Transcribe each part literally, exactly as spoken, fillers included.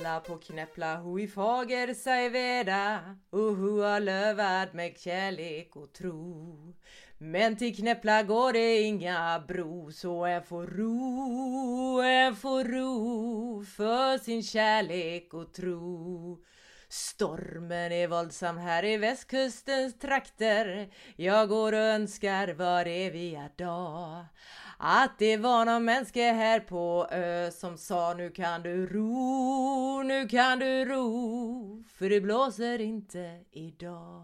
Ella på Knäppla, hui fager sig veda, och hua lövad med kärlek och tro. Men till Knäppla går det inga bro, så en får ro, en får ro för sin kärlek och tro. Stormen är våldsam här i västkustens trakter. Jag går och önskar var eviga dag att det var någon människa här på ö som sa nu kan du ro, nu kan du ro, för det blåser inte idag.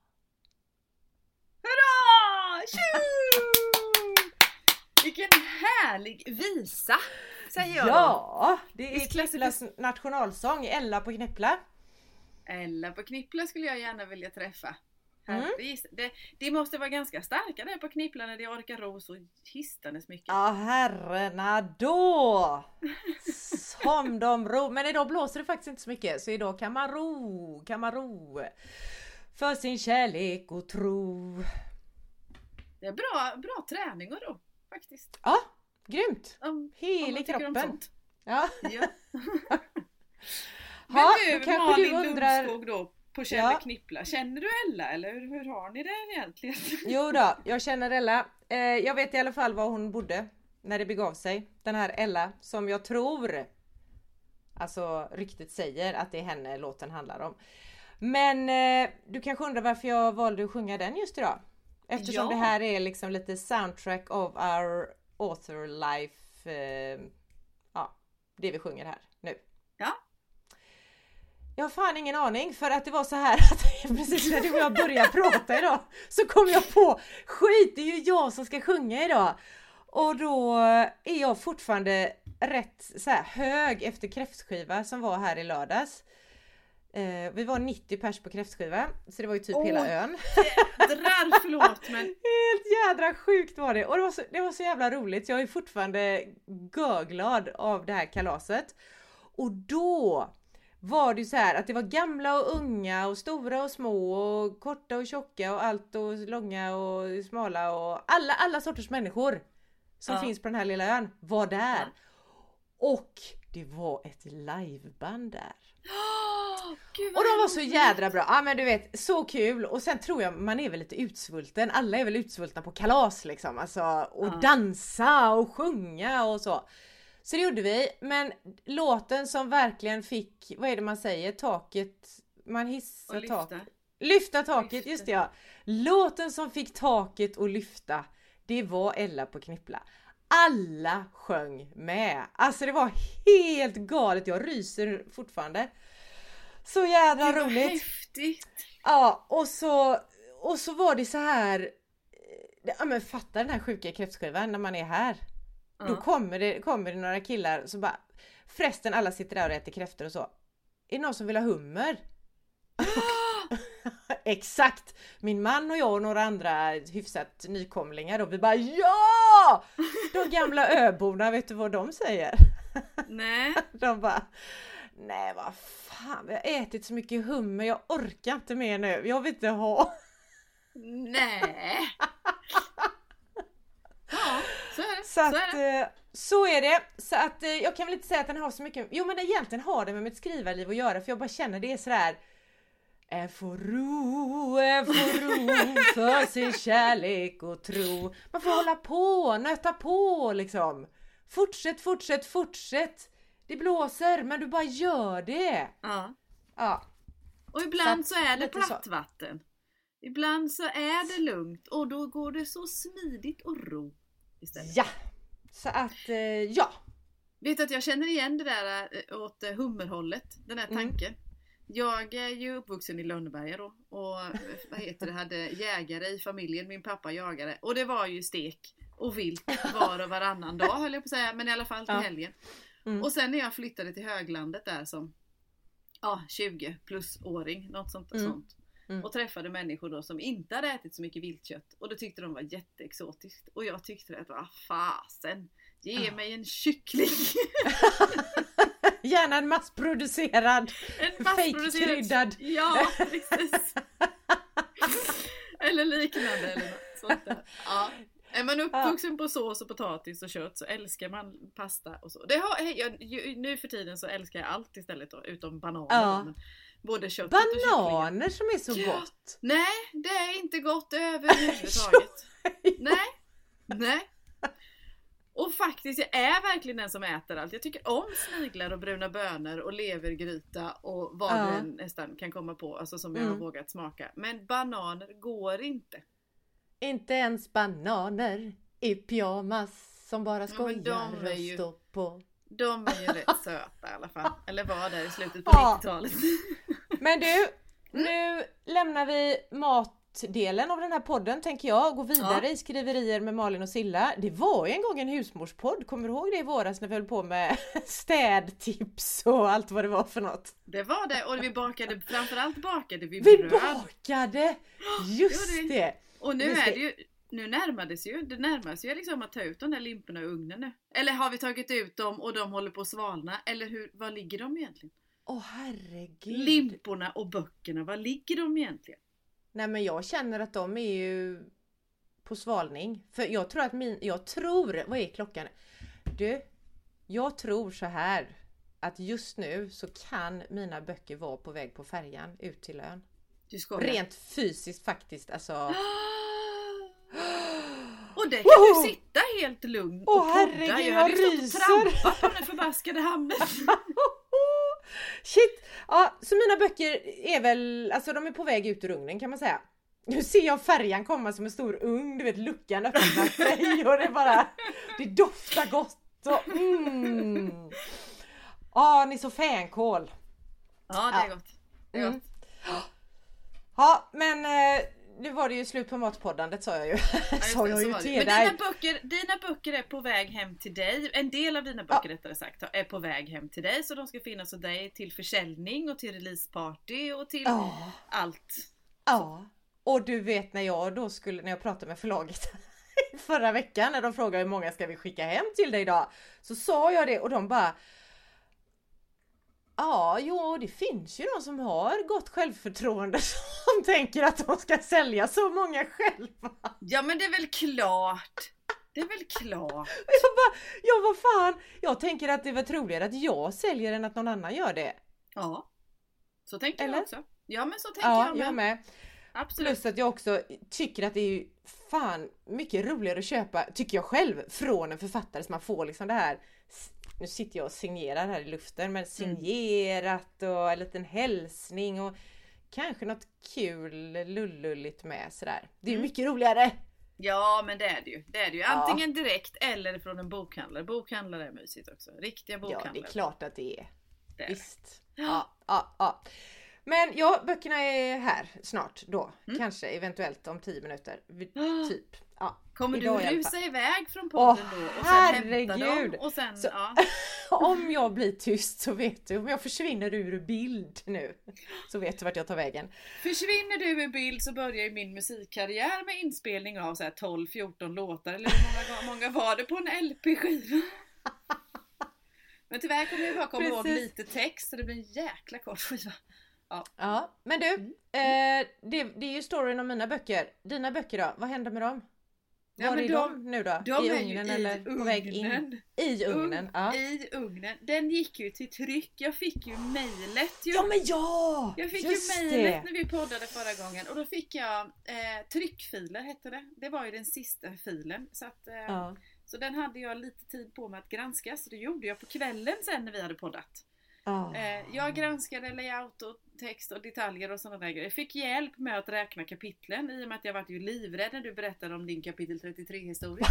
Hurra! Tju! Vilken härlig visa, säger jag. Ja, det är Knäpplas nationalsång, Ella på Knäppla. Ella på Knäppla skulle jag gärna vilja träffa. Mm. Det, det måste vara ganska starka där på Knäppla när de orkar ro så histandes mycket. Ja, herrarna då! Som de ro. Men idag blåser det faktiskt inte så mycket. Så idag kan man ro, kan man ro. För sin kärlek och tro. Det är bra, bra träning och ro, faktiskt. Ja, grymt. Om, Hela om kroppen. Ja. Ja. Ha, Men då du, kanske Malin du undrar... Lundskog då, på Kjell Ja. Knäppla. Känner du Ella eller hur, hur har ni det egentligen? Jo då, jag känner Ella. Eh, jag vet i alla fall var hon bodde när det begav sig. Den här Ella som jag tror, alltså ryktet säger att det är henne låten handlar om. Men eh, du kanske undrar varför jag valde att sjunga den just idag. Eftersom Ja. det här är liksom lite soundtrack of our author life. Eh, ja, det vi sjunger här nu. Ja. Jag har fan ingen aning, för att det var så här att precis när du och jag började prata idag så kom jag på, skit, det är ju jag som ska sjunga idag. Och då är jag fortfarande rätt så här hög efter kräftskiva som var här i lördags. Eh, vi var nittio pers på kräftskiva, så det var ju typ Åh, hela ön. Jädrar, förlåt men... Helt jädra sjukt var det. Och det var, så, det var så jävla roligt. Jag är fortfarande görglad av det här kalaset. Och då var det ju så här att det var gamla och unga och stora och små och korta och tjocka och allt och långa och smala och alla, alla sorters människor som Ja. finns på den här lilla ön var där. Ja. Och det var ett liveband där. Oh, Gud, Och de var vad så roligt. jädra bra. Ja men du vet, så kul. Och sen tror jag man är väl lite utsvulten. Alla är väl utsvultna på kalas liksom. Alltså, och Ja. dansa och sjunga och så. Så det gjorde vi. Men låten som verkligen fick, vad är det man säger? Taket, man hissar Och lyfta. taket. Lyfta taket, Lyfta. just det ja. Låten som fick taket att lyfta, det var Ella på Knäppla. Alla sjöng med. Alltså det var helt galet. Jag ryser fortfarande. Så jävla Gud, vad roligt. häftigt. Ja, och så, och så var det så här. Ja men fatta den här sjuka kräftskivan när man är här. Ja. Då kommer det, kommer det några killar så bara, förresten alla sitter där och äter kräftor och så. Är det någon som vill ha hummer? Exakt! Min man och jag och några andra hyfsat nykomlingar och vi bara ja! De gamla öborna, vet du vad de säger? Nej. De bara, nej vad fan, vi har ätit så mycket hummer, jag orkar inte mer nu, jag vill inte ha. Nej. Ja, så är det. Så Så att, är det. eh, så är det. Så att eh, jag kan väl inte säga att den har så mycket, jo men egentligen har det med mitt skrivarliv att göra, för jag bara känner det är sådär. En får ro, en får ro för sin kärlek och tro. Man får hålla på, nöta på liksom. Fortsätt, fortsätt, fortsätt. Det blåser, men du bara gör det. Ja. Ja. Och ibland Så så, att, är det lite så. platt vatten. Ibland så är det lugnt och då går det så smidigt och ro istället. Ja. Så att, eh, ja. Vet du att jag känner igen det där eh, åt eh, hummerhållet, den här Mm. tanken. Jag är ju uppvuxen i Lönneberga då och eh, vad heter det, hade jägare i familjen, min pappa jagade och det var ju stek och vilt var och varannan dag höll jag på att säga, men i alla fall till Ja. helgen. Mm. Och sen när jag flyttade till höglandet där som ja, tjugo plus åring, något sånt, Mm. sånt. Mm. Och träffade människor då som inte hade ätit så mycket viltkött och det tyckte de var jätteexotiskt och jag tyckte att vad fasen, ge Ja. mig en kyckling. Gärna en massproducerad, En fake-kryddad. Ja, precis. Eller liknande eller något sånt där. Ja. Är man uppvuxen på sås och potatis och kött så älskar man pasta och så. Det har, jag, nu för tiden så älskar jag allt istället då, utom bananer. Ja. Men både kött Bananer och som är så ja. gott. Nej, det är inte gott överhuvudtaget. Nej, nej. Och faktiskt, jag är verkligen den som äter allt. Jag tycker om sniglar och bruna bönor och levergryta och vad Ja. det nästan kan komma på. Alltså som jag Mm. har vågat smaka. Men bananer går inte. Inte ens bananer i pyjamas som bara Ja, men skojar de är ju- och står på. De är ju rätt söta i alla fall. Eller var där i slutet på Ja. nittiotalet. Men du, nu lämnar vi matdelen av den här podden tänker jag och går vidare Ja. i skriverier med Malin och Silla. Det var ju en gång en husmorspodd, kommer du ihåg det i våras när vi höll på med städtips och allt vad det var för något? Det var det. Och vi bakade, framförallt bakade vi Vi bröd. bakade! Just gjorde vi. det! Och nu Vi ska- är det ju, nu närmades ju, det närmas ju liksom att ta ut de där limporna ur ugnen nu. Eller har vi tagit ut dem och de håller på att svalna? Eller hur, var ligger de egentligen? Åh herregud! Limporna och böckerna, var ligger de egentligen? Nej men jag känner att de är ju på svalning. För jag tror att min, jag tror, vad är klockan? Du, jag tror så här att just nu så kan mina böcker vara på väg på färjan ut till ön. Du skojar. Rent fysiskt faktiskt, alltså. Och det kan Woho! du sitta helt lugn Åh, och podda. herregud, Jag jag hade ju stått och ryser. trampat på den här förbaskade hamnen. Shit! Ja, så mina böcker är väl, alltså de är på väg ut ur ugnen kan man säga. Nu ser jag färjan komma som en stor ugn, du vet luckan öppnar sig och det bara, det doftar gott och mm. Ja, ni är så fänkål. Ja, det är Ja. gott. Det är Mm. gott. Ja, men eh, nu var det ju slut på matpoddandet sa jag ju. Ja, just sa det, jag så ju var det. till Men dig. dina böcker, dina böcker är på väg hem till dig. En del av dina böcker Ja. rättare sagt är på väg hem till dig. Så de ska finnas hos dig till försäljning och till releaseparty och till Ja. allt. Ja, och du vet när jag då skulle, när jag pratade med förlaget förra veckan när de frågade hur många ska vi skicka hem till dig idag, så sa jag det och de bara ja, jo det finns ju de som har gott självförtroende som tänker att de ska sälja så många själva. Ja, men det är väl klart. Det är väl klart. Jag bara, ja vad fan, jag tänker att det var troligare att jag säljer än att någon annan gör det. Ja. Så tänker Eller? jag också. Ja, men så tänker Ja, jag med. jag med. Absolut. Plus att jag också tycker att det är ju fan mycket roligare att köpa, tycker jag själv, från en författare som man får liksom det här, nu sitter jag och signerar här i luften, men signerat och en liten hälsning och kanske något kul lullulligt med sådär. Det är ju Mm. mycket roligare. Ja, men det är det ju. Det är det ju. Ja. Antingen direkt eller från en bokhandlare. Bokhandlare är mysigt också. Riktiga Ja, bokhandlare. det är klart att det är. Det är det. Visst. Ja, ja, ja. Men ja, böckerna är här snart då. Mm. Kanske eventuellt om tio minuter. Vi- Ah. Typ. Ja. Kommer Idag i du alla rusa fall. iväg från podden Åh, då? Och sen hämta herregud. dem? Och sen, Så- ja. Om jag blir tyst så vet du, om jag försvinner ur bild nu så vet du vart jag tar vägen. Försvinner du ur bild så börjar ju min musikkarriär med inspelning av så här tolv fjorton låtar. Eller hur många, många var det på en L P-skiva? Men tyvärr kommer jag bara komma ihåg Precis. lite text så det blir en jäkla kort skiva. Ja, men du, Mm. eh, det, det är ju storyn om mina böcker. Dina böcker då, vad händer med dem? Ja, Var men är de- de nu då? De I är ju ugnen i eller på väg in? ugnen. I ugnen, ja. I ugnen. Den gick ju till tryck. Jag fick ju mejlet ju. Ja men ja! Jag fick Just ju mejlet det. när vi poddade förra gången och då fick jag eh, tryckfiler hette det. Det var ju den sista filen. Så, att, eh, Ja. så den hade jag lite tid på mig att granska. Så det gjorde jag på kvällen sen när vi hade poddat. Ja. Eh, jag granskade layout och text och detaljer och sådana där grejer. Jag fick hjälp med att räkna kapitlen i och med att jag var ju livrädd när du berättade om din kapitel trettiotre historia.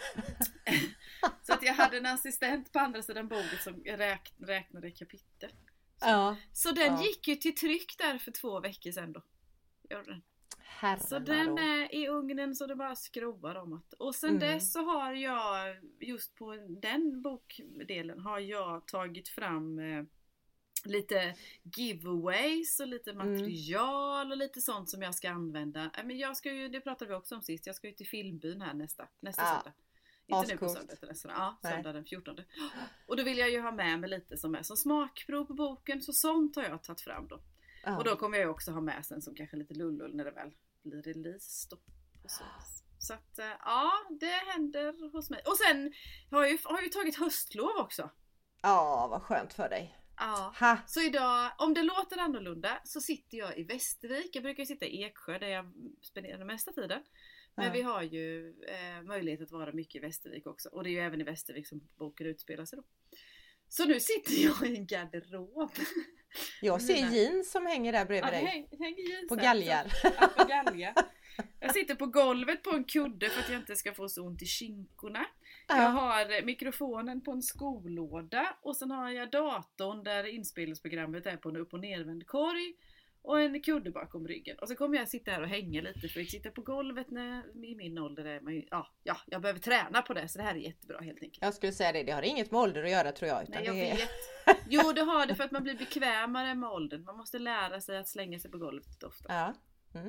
Så att jag hade en assistent på andra sidan bordet som räk, räknade kapitel. Ja. Så den Ja. gick ju till tryck där för två veckor sedan då. Gjorde den. Herrarna Så den då. är i ugnen så det bara skrovar om att. Och sen Mm. dess så har jag, just på den bokdelen, har jag tagit fram eh, lite giveaways och lite Mm. material och lite sånt som jag ska använda. Äh, Men jag ska ju, det pratade vi också om sist, jag ska ju till filmbyn här nästa, nästa Ja. söndag. Inte nu på Ascoolt. söndag utan nästa, ja, Nej. söndag den fjortonde. Och då vill jag ju ha med mig lite som är som smakprov på boken, så sånt har jag tagit fram då. Ja. Och då kommer jag också ha med sen som kanske lite lullull när det väl blir release då. Och så Så att ja, det händer hos mig. Och sen har jag ju, har jag ju tagit höstlov också. Ja, vad skönt för dig. Ja, ha. Så idag, om det låter annorlunda, så sitter jag i Västervik. Jag brukar sitta i Eksjö där jag spenderar den mesta tiden. Men Ja. vi har ju eh, möjlighet att vara mycket i Västervik också. Och det är ju även i Västervik som boken utspelar sig då. Så nu sitter jag i en garderob. Jag ser Mina... jeans som hänger där bredvid ja, dig. Häng, hänger jeans på här, galgar. Så, ja, på galgar. Jag sitter på golvet på en kudde för att jag inte ska få så ont i kinkorna. Ja. Jag har mikrofonen på en skolåda och sen har jag datorn där inspelningsprogrammet är på en upp- och nervänd korg och en kudde bakom ryggen. Och så kommer jag sitta här och hänga lite för att sitta på golvet när, i min ålder är man ju, ja, ja, jag behöver träna på det så det här är jättebra helt enkelt. Jag skulle säga det, det har inget med ålder att göra tror jag. Utan Nej, jag det är... vet. Jo, det har det för att man blir bekvämare med åldern. Man måste lära sig att slänga sig på golvet ofta. Ja. Mm.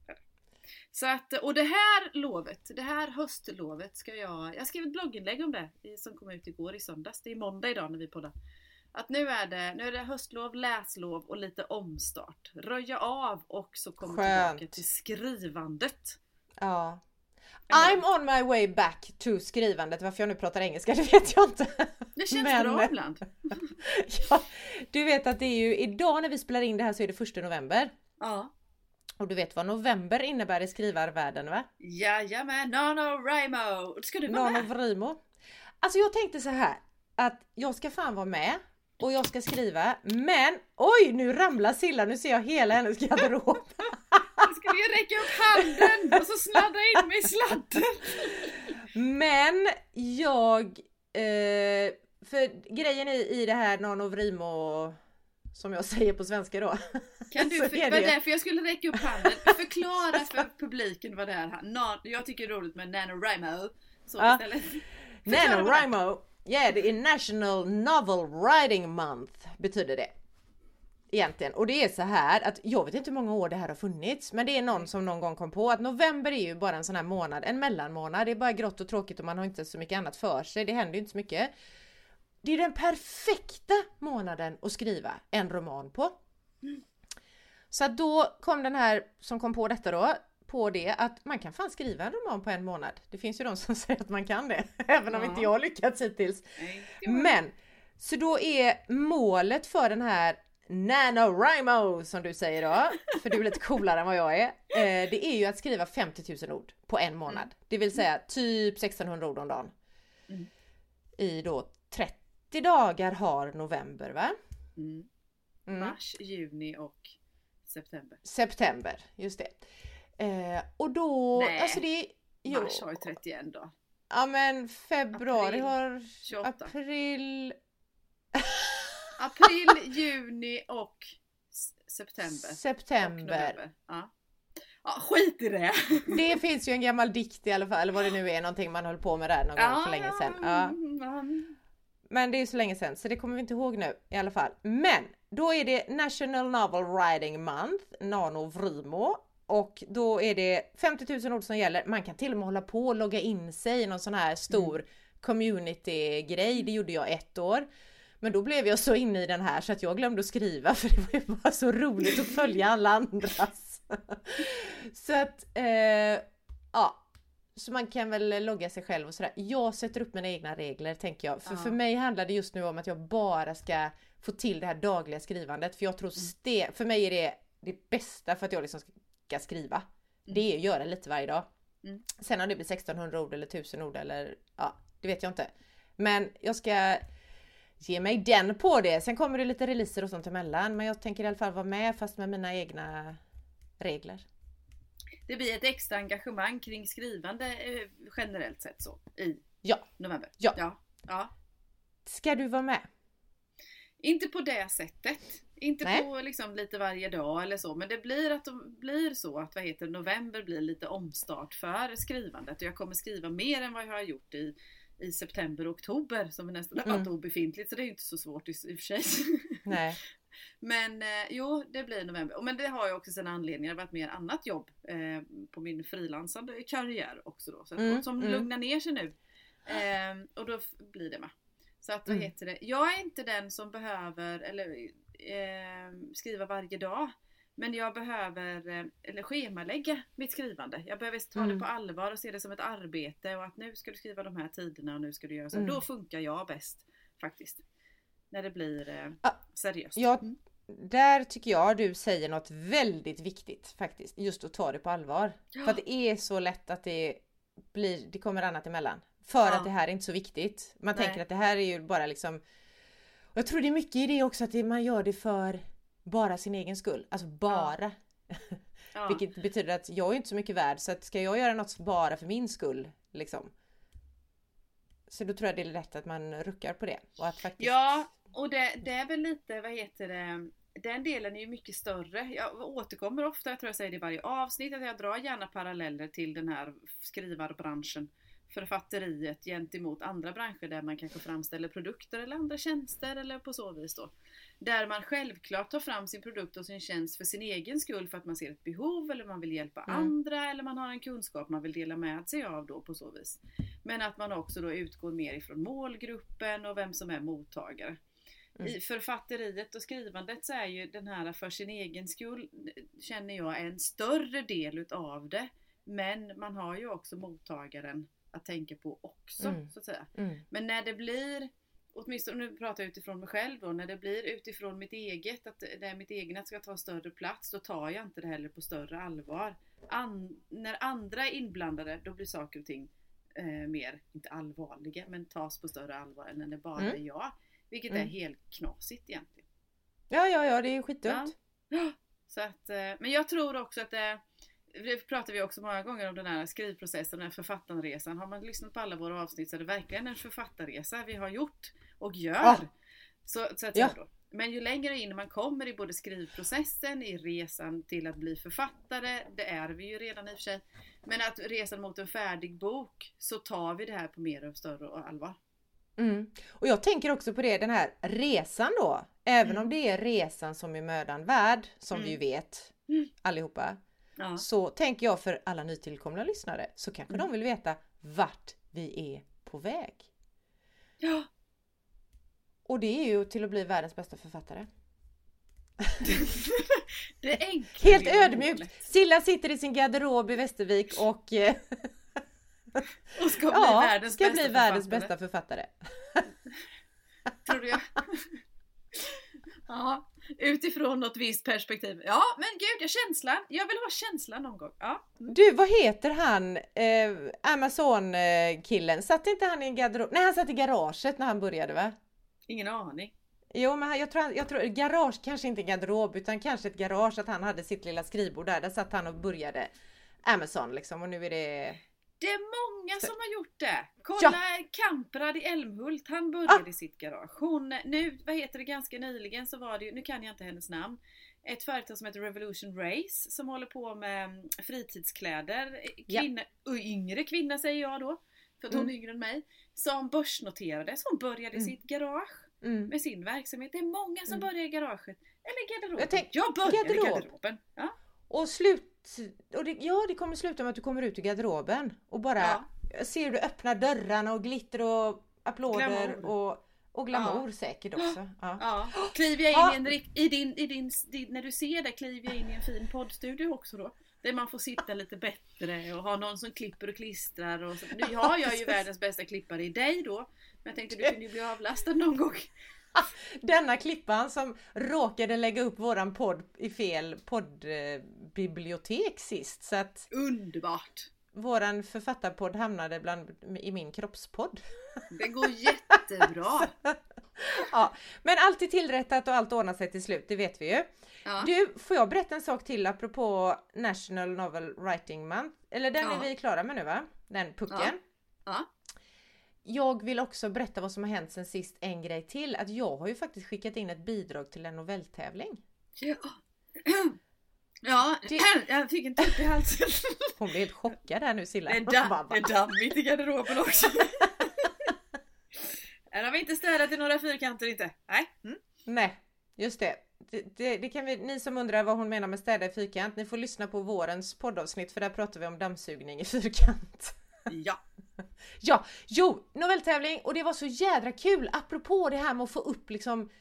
Så att, och det här lovet, det här höstlovet ska jag, jag skrev ett blogginlägg om det som kom ut igår i söndags, det är måndag idag när vi poddar. Att nu är det, nu är det höstlov, läslov och lite omstart. Röja av och så kommer Skönt. tillbaka till skrivandet. Ja. I'm on my way back to skrivandet. Varför jag nu pratar engelska, det vet jag inte. Det känns Men... bra ibland. Ja, du vet att det är ju idag när vi spelar in det här så är det första november. Ja. Och du vet vad november innebär i skrivarvärlden, va? Jajamän, NaNoWriMo. Ska du vara med? NaNoWriMo. Alltså jag tänkte så här att jag ska fan vara med och jag ska skriva, men oj, nu ramlar Silla, nu ser jag hela hennes garderob. Jag skulle ju räcka upp handen och så sladda in mig i sladden. Men jag eh, för grejen i, i det här NaNoWriMo, som jag säger på svenska då. Kan du, Så för, är var det. därför jag skulle räcka upp handen. Förklara för publiken vad det är här. Na, jag tycker det är roligt med NaNoWriMo. Så Ja. istället. Förklara vad det är. NaNoWriMo, ja, det är National Novel Writing Month betyder det. Egentligen. Och det är så här att jag vet inte hur många år det här har funnits, men det är någon som någon gång kom på att november är ju bara en sån här månad, en mellanmånad. Det är bara grått och tråkigt och man har inte så mycket annat för sig. Det händer ju inte så mycket. Det är den perfekta månaden att skriva en roman på. Mm. Så att då kom den här som kom på detta då, på det att man kan fan skriva en roman på en månad. Det finns ju de som säger att man kan det, även om Ja. inte jag har lyckats hittills. Nej, det var- Men, så då är målet för den här NaNoWriMo som du säger då, för du är lite coolare än vad jag är, eh, det är ju att skriva femtio tusen ord på en månad. Mm. Det vill säga typ sextonhundra ord om dagen. Mm. I då trettio dagar har november, va? Mm. Mm. Mars, juni och september. September, just det. Eh, och då, Nej. alltså det jo, Mars har ju trettioen då. ja men februari April, har tjugoåtta. april, April, juni och s- september. Och september. november. Ja. Ja, skit i det. Det finns ju en gammal dikt i alla fall, eller vad det nu är, någonting man höll på med där någon gång för länge sedan. Ja. Ja. Men det är ju så länge sedan, så det kommer vi inte ihåg nu i alla fall. Men då är det National Novel Writing Month, NaNoWriMo. Och då är det femtio tusen ord som gäller. Man kan till och med hålla på och logga in sig i någon sån här stor mm. community-grej. Det gjorde jag ett år. Men då blev jag så inne i den här så att jag glömde att skriva, för det var ju bara så roligt att följa alla andras. Så att, eh, ja. Så man kan väl logga sig själv och sådär. Jag sätter upp mina egna regler, tänker jag. För Ja. för mig handlar det just nu om att jag bara ska få till det här dagliga skrivandet. För jag tror ste- för mig är det det bästa för att jag liksom ska skriva. Mm. Det är att göra lite varje dag. Mm. Sen om det blir sextonhundra ord eller tusen ord eller ja, det vet jag inte. Men jag ska ge mig den på det. Sen kommer det lite releaser och sånt emellan. Men jag tänker i alla fall vara med fast med mina egna regler. Det blir ett extra engagemang kring skrivande eh, generellt sett så i Ja. november. Ja. Ja. Ja. Ska du vara med? Inte på det sättet. Inte Nej. på liksom lite varje dag eller så. Men det blir att de blir så att vad heter november blir lite omstart för skrivandet. Och jag kommer skriva mer än vad jag har gjort i, i september och oktober. Som är nästan Mm. mm. obefintligt. Så det är ju inte så svårt i, i och för sig. Nej. Men eh, jo, det blir november. Men det har ju också sina anledningar. Det har varit mer annat jobb eh, på min frilansande karriär också då. Så att, Mm, som mm. lugnar ner sig nu. Eh, och då f- blir det med. Så att vad Mm. heter det? Jag är inte den som behöver eller, eh, skriva varje dag. Men jag behöver eh, eller schemalägga mitt skrivande. Jag behöver ta Mm. det på allvar och se det som ett arbete. Och att nu ska du skriva de här tiderna och nu ska du göra så. Mm. Då funkar jag bäst faktiskt. När det blir eh, Ah, seriöst. Ja, Mm. där tycker jag du säger något väldigt viktigt faktiskt. Just att ta det på allvar. Ja. För att det är så lätt att det blir, det kommer annat emellan. För Ja. att det här är inte så viktigt. Man Nej. tänker att det här är ju bara liksom... Och jag tror det är mycket i det också att det, man gör det för bara sin egen skull. Alltså bara. Ja. Vilket betyder att jag är inte så mycket värd. Så att ska jag göra något bara för min skull liksom. Så då tror jag det är lätt att man ruckar på det. Och att faktiskt... Ja, och det, det är väl lite, vad heter det, den delen är ju mycket större. Jag återkommer ofta, jag tror jag säger det i varje avsnitt, att jag drar gärna paralleller till den här skrivarbranschen, författeriet gentemot andra branscher där man kanske framställer produkter eller andra tjänster eller på så vis då. Där man självklart tar fram sin produkt och sin tjänst för sin egen skull för att man ser ett behov eller man vill hjälpa Mm. andra eller man har en kunskap man vill dela med sig av då på så vis. Men att man också då utgår mer ifrån målgruppen och vem som är mottagare. Mm. I författeriet och skrivandet så är ju den här för sin egen skull, känner jag, en större del utav det. Men man har ju också mottagaren att tänka på också, Mm. så att säga. Mm. Men när det blir, åtminstone nu pratar jag utifrån mig själv då, när det blir utifrån mitt eget, att det är mitt eget ska ta större plats, då tar jag inte det heller på större allvar. An, när andra är inblandade, då blir saker och ting eh, mer, inte allvarliga, men tas på större allvar än när det bara Mm. är jag. Vilket Mm. är helt knasigt egentligen. Ja, ja, ja, det är ju skitdumt. Ja. Så att, eh, men jag tror också att det, det pratar vi också många gånger om den här skrivprocessen, den här författarresan. Har man lyssnat på alla våra avsnitt så är det verkligen en författarresa vi har gjort och gör. Ja. Så, så att Ja. säga då. Men ju längre in man kommer i både skrivprocessen, i resan till att bli författare, det är vi ju redan i och för sig. Men att resan mot en färdig bok, så tar vi det här på mer och större allvar. Mm. Och jag tänker också på det, den här resan då. Även Mm. om det är resan som är mödan värd, som Mm. vi ju vet Mm. allihopa. Ja. Så tänker jag för alla nytillkomna lyssnare, så kanske Mm. de vill veta vart vi är på väg. Ja. Och det är ju till att bli världens bästa författare. Det är enkelt. Helt ödmjukt. Silla sitter i sin garderob i Västervik och eh, Och ska bli ja, världens ska bästa bli världens författare. bästa författare. Tror du jag? Ja, utifrån något visst perspektiv. Ja, men gud, jag känslan. Jag vill ha känslan någon gång. Ja. Mm. Du, vad heter han? Eh, Amazon-killen. Satt inte han i en garderob? Nej, han satt i garaget när han började, va? Ingen aning. Jo, men han- jag tror, han- jag tror garage, kanske inte garderob, utan kanske ett garage, att han hade sitt lilla skrivbord där. Där satt han och började Amazon liksom, och nu är det... Det är många Så- som har gjort det. Kolla Ja. Kamprad i Älmhult. Han började Ah. i sitt garage. Hon, nu, vad heter det, ganska nyligen så var det ju, nu kan jag inte hennes namn, ett företag som heter Revolution Race som håller på med mm, fritidskläder. Kvinna, och yngre kvinna säger jag då, för att hon Mm. är yngre än mig, som börsnoterades. Hon började i Mm. sitt garage Mm. med sin verksamhet. Det är många som Mm. börjar i garaget. Eller garderoben. Jag tänk- jag började garderob. i garderoben. Ja. Och slut... Och det, ja, det kommer sluta med att du kommer ut ur garderoben och bara Ja. ser du öppna dörrarna och glitter och applåder Glamour. och, och glamour säkert också. Ja. Ja. Kliver jag in Ja. i, en, rikt- i, din, i din, din, när du ser det, kliver jag in i en fin poddstudio också då. Där man får sitta lite bättre och ha någon som klipper och klistrar. Och så. Nu har jag ju världens bästa klippare i dig då. Men jag tänkte du kunde ju bli avlastad någon gång. Denna klippan som råkade lägga upp våran podd i fel poddbibliotek sist. Så att Underbart! våran författarpodd hamnade bland, i min kroppspodd. Det går jättebra. Ja, men allt är tillrättat och allt ordnar sig till slut, det vet vi ju. Ja. Du, får jag berätta en sak till apropå National Novel Writing Month? Eller den Ja. är vi klara med nu, va? Den pucken. Ja. Jag vill också berätta vad som har hänt sen sist, en grej till. Att jag har ju faktiskt skickat in ett bidrag till en novelltävling. Ja. Ja, Det- jag fick en tupp i halsen. Hon blev helt chockad här nu, Silla. Det är, damm, det är dammigt i garderoben också. Här har vi inte städat i några fyrkanter inte. Nej. Mm. Nej, just det. Det, det, det kan vi, ni som undrar vad hon menar med städa i fyrkant, ni får lyssna på vårens poddavsnitt, för där pratar vi om dammsugning i fyrkant. Ja. Ja, jo, novelltävling, och det var så jädra kul, apropå det här med att få upp liksom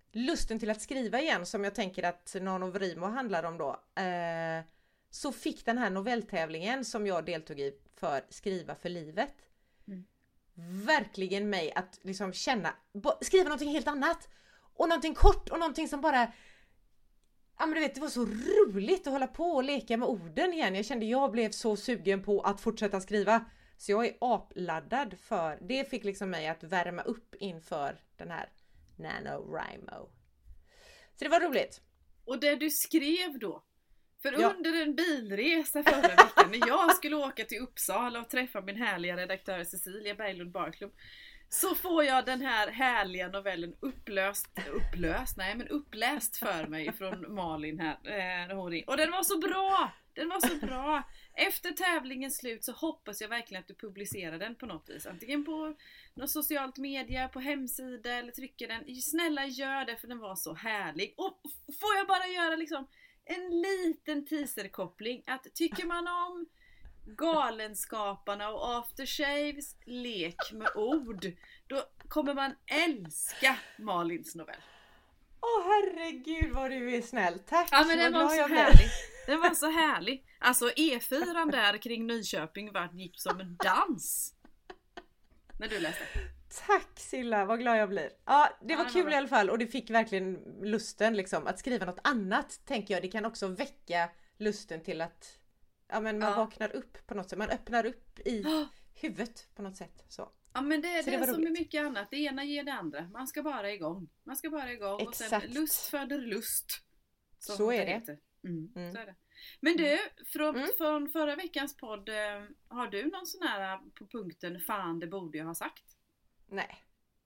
lusten till att skriva igen, som jag tänker att NaNoWriMo handlar om då, eh, så fick den här novelltävlingen som jag deltog i för Skriva för livet mm. verkligen mig att liksom känna, skriva någonting helt annat och någonting kort och någonting som bara, ja men du vet, det var så roligt att hålla på och leka med orden igen. Jag kände jag blev så sugen på att fortsätta skriva, så jag är apladdad för, det fick liksom mig att värma upp inför den här NaNoWriMo. Så det var roligt. Och det du skrev då, för ja. under en bilresa förra veckan när jag skulle åka till Uppsala och träffa min härliga redaktör Cecilia Berglund Barklum, så får jag den här härliga novellen upplöst, upplöst, nej men uppläst för mig från Malin här. Eh, och den var så bra! Den var så bra! Efter tävlingens slut så hoppas jag verkligen att du publicerar den på något vis. Antingen på något socialt media, på hemsida eller trycker den. Snälla gör det, för den var så härlig. Och får jag bara göra liksom en liten teaserkoppling. Att tycker man om Galenskaparna och Aftershaves lek med ord, då kommer man älska Malins novell. Åh oh, herregud vad du är snäll, tack! Ja men den var så härlig. Den var så härlig. Alltså E fyra där kring Nyköping var, gick som en dans när du läste. Tack Silla, vad glad jag blir. Ja, det var ja, kul var i alla fall, och det fick verkligen lusten liksom att skriva något annat, tänker jag. Det kan också väcka lusten till att ja, men man ja. vaknar upp på något sätt. Man öppnar upp i oh. huvudet på något sätt. Så. Ja men det, så det, det är som roligt. med mycket annat. Det ena ger det andra. Man ska bara igång. Man ska bara igång. Exakt. Och sen lust föder lust. Så är det. Mm. Mm. Så är det. Men du, från, mm. från förra veckans podd, har du någon sån här på punkten fan det borde jag ha sagt? Nej.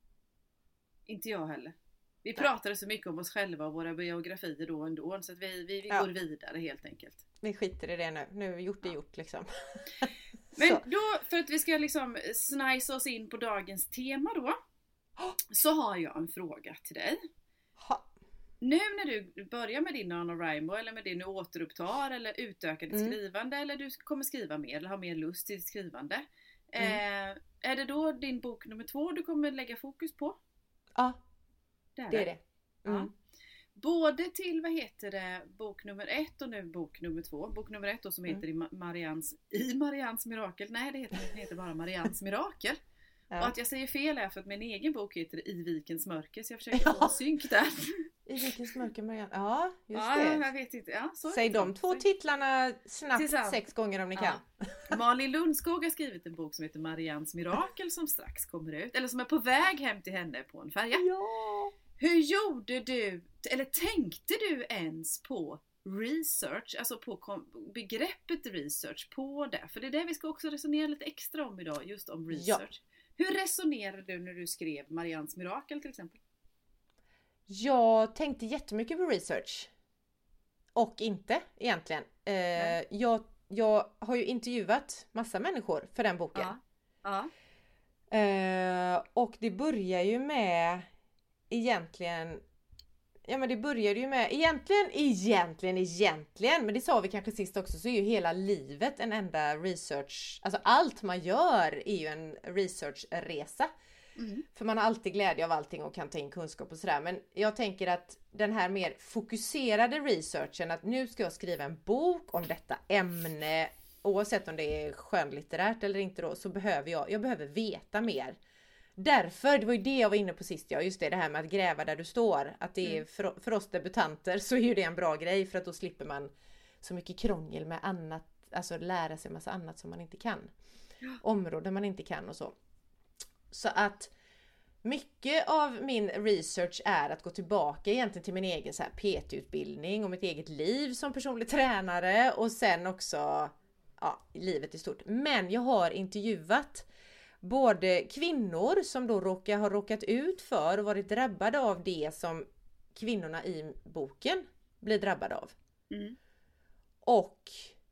Inte jag heller. Vi Nej. pratade så mycket om oss själva och våra biografier då och ändå, så att vi, vi, vi ja. går vidare helt enkelt. Vi skiter i det nu. Nu är gjort det ja. gjort liksom. Men då, för att vi ska liksom snajsa oss in på dagens tema då, så har jag en fråga till dig. Ha. Nu när du börjar med din NaNoWriMo, eller med det du återupptar eller utökar ditt mm. skrivande, eller du kommer skriva mer eller ha mer lust i ditt skrivande. Mm. Eh, är det då din bok nummer två du kommer lägga fokus på? Ja, det är det. det. Är det. Mm. Ja. Både till, vad heter det, bok nummer ett och nu bok nummer två. Bok nummer ett då som heter mm. i, Marians, i Marians mirakel. Nej, det heter, det heter bara Marians mirakel. Ja. Och att jag säger fel är för att min egen bok heter I vikens mörker. Så jag försöker ja. få en synk där. I vikens mörker, Marian. Ja, just ja, det. Jag vet inte. Ja, så Säg de två titlarna snabbt Tillsammans. sex gånger om ni kan. Ja. Malin Lundskog har skrivit en bok som heter Marians mirakel som strax kommer ut. Eller som är på väg hem till henne på en färja. Ja. Hur gjorde du, eller tänkte du ens på research, alltså på begreppet research, på det? För det är det vi ska också resonera lite extra om idag, just om research. Ja. Hur resonerade du när du skrev Marians mirakel till exempel? Jag tänkte jättemycket på research. Och inte egentligen. Eh, jag, jag har ju intervjuat massa människor för den boken. Ja. Ja. Eh, och det börjar ju med egentligen, ja men det började ju med, egentligen, egentligen, egentligen, men det sa vi kanske sist också, så är ju hela livet en enda research, alltså allt man gör är ju en researchresa. Mm. För man har alltid glädje av allting och kan ta in kunskap och sådär, men jag tänker att den här mer fokuserade researchen, att nu ska jag skriva en bok om detta ämne, oavsett om det är skönlitterärt eller inte då, så behöver jag, jag behöver veta mer. Därför, det var ju det jag var inne på sist, ja, just det, det här med att gräva där du står, att det är mm. för, för oss debutanter så är ju det en bra grej, för att då slipper man så mycket krångel med annat, alltså lära sig massa annat som man inte kan, ja. områden man inte kan och så. Så att mycket av min research är att gå tillbaka egentligen till min egen så här P T-utbildning och mitt eget liv som personlig tränare, och sen också ja, livet i stort. Men jag har intervjuat både kvinnor som då råkar, har råkat ut för och varit drabbade av det som kvinnorna i boken blir drabbade av. Mm. Och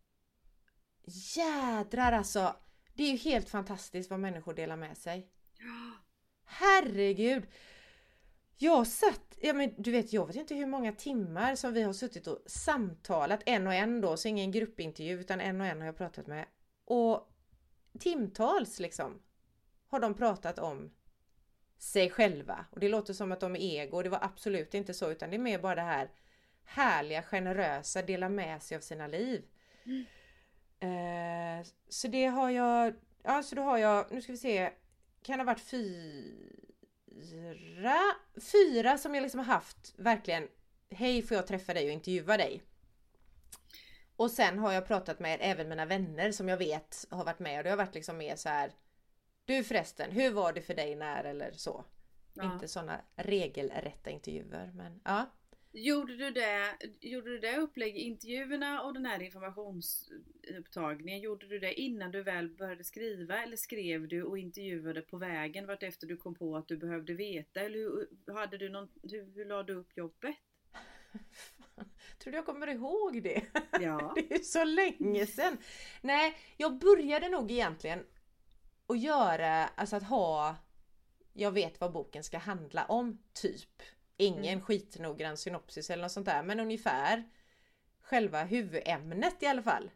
jädrar alltså, det är ju helt fantastiskt vad människor delar med sig. Herregud. Jag satt, ja men du vet, jag vet inte hur många timmar som vi har suttit och samtalat, en och en då, så ingen gruppintervju utan en och en har jag pratat med. Och timtals liksom har de pratat om sig själva. Och det låter som att de är ego. Det var absolut inte så, utan det är mer bara det här härliga, generösa, dela med sig av sina liv. Mm. Eh, så det har jag, ja så då har jag, nu ska vi se, kan det ha varit fyra, fyra som jag liksom har haft verkligen, hej får jag träffa dig och intervjua dig. Och sen har jag pratat med även mina vänner som jag vet har varit med, och det har varit liksom mer så här, du förresten, hur var det för dig när eller så. Ja. Inte sådana regelrätta intervjuer, men ja. Gjorde du det, gjorde du det upplägg, intervjuerna och den här informationsupptagningen, gjorde du det innan du väl började skriva, eller skrev du och intervjuade på vägen vart efter du kom på att du behövde veta, eller hur, hade du någon, hur, hur lade du upp jobbet? Tror du jag kommer ihåg det? Ja. Det är så länge sedan. Nej, jag började nog egentligen att göra, alltså att ha, jag vet vad boken ska handla om, typ. Ingen mm. skitnoggrann synopsis eller något sånt där, men ungefär själva huvudämnet i alla fall.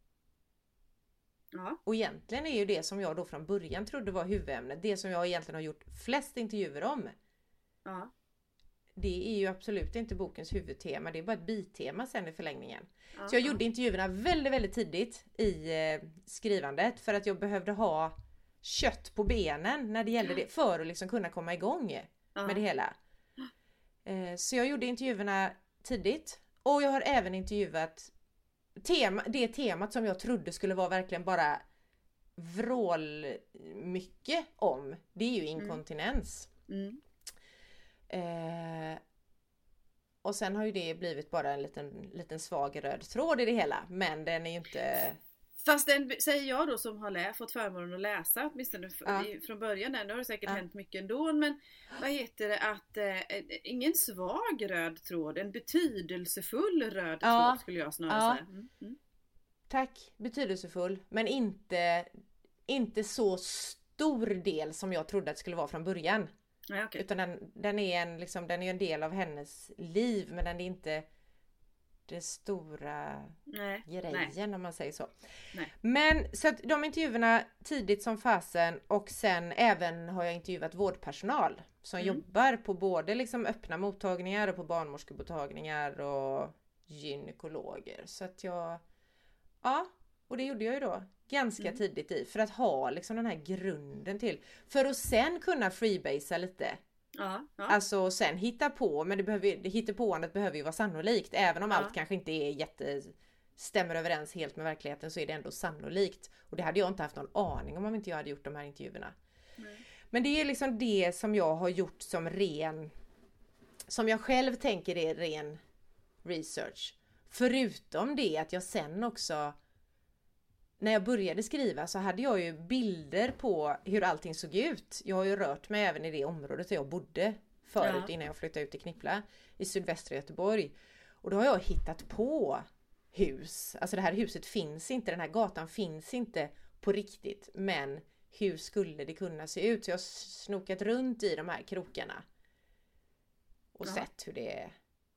Ja. Och egentligen är ju det som jag då från början trodde var huvudämnet, det som jag egentligen har gjort flest intervjuer om. Ja. Det är ju absolut inte bokens huvudtema, det är bara ett bitema sen i förlängningen. Ja. Så jag gjorde intervjuerna väldigt, väldigt tidigt i eh, skrivandet, för att jag behövde ha kött på benen när det gällde det, för att liksom kunna komma igång ja. med det hela. Så jag gjorde intervjuerna tidigt, och jag har även intervjuat tema, det temat som jag trodde skulle vara verkligen bara vrål mycket om. Det är ju inkontinens. Mm. Eh, och sen har ju det blivit bara en liten, liten svag röd tråd i det hela, men den är ju inte... Fast den, säger jag då som har lä, fått förmånen att läsa åtminstone ja. från början där, nu har det säkert ja. hänt mycket ändå, men vad heter det, att eh, ingen svag röd tråd, en betydelsefull röd ja. tråd skulle jag snarare ja. säga. Mm, mm. Tack, betydelsefull, men inte, inte så stor del som jag trodde att det skulle vara från början. Ja, okay. Utan den, den, är en, liksom, den är en del av hennes liv, men den är inte det stora nej, grejen nej. om man säger så. Nej. Men så att de intervjuerna tidigt som fasen, och sen även har jag intervjuat vårdpersonal som mm. jobbar på både liksom öppna mottagningar och på barnmorskemottagningar och gynekologer. Så att jag, ja, och det gjorde jag ju då ganska mm. tidigt i, för att ha liksom den här grunden till, för att sen kunna freebasea lite. Ja, ja. Alltså sen hitta på, men det behöver, det hittepåandet behöver ju vara sannolikt, även om ja. allt kanske inte är jätte, stämmer överens helt med verkligheten, så är det ändå sannolikt. Och det hade jag inte haft någon aning om om inte jag hade gjort de här intervjuerna. Nej. Men det är liksom det som jag har gjort som ren, som jag själv tänker är ren research. Förutom det att jag sen också, när jag började skriva så hade jag ju bilder på hur allting såg ut. Jag har ju rört mig även i det området där jag bodde förut ja. innan jag flyttade ut till Knippla i sydvästra Göteborg. Och då har jag hittat på hus. Alltså det här huset finns inte, den här gatan finns inte på riktigt. Men hur skulle det kunna se ut? Så jag har snokat runt i de här krokarna. Och ja. sett hur det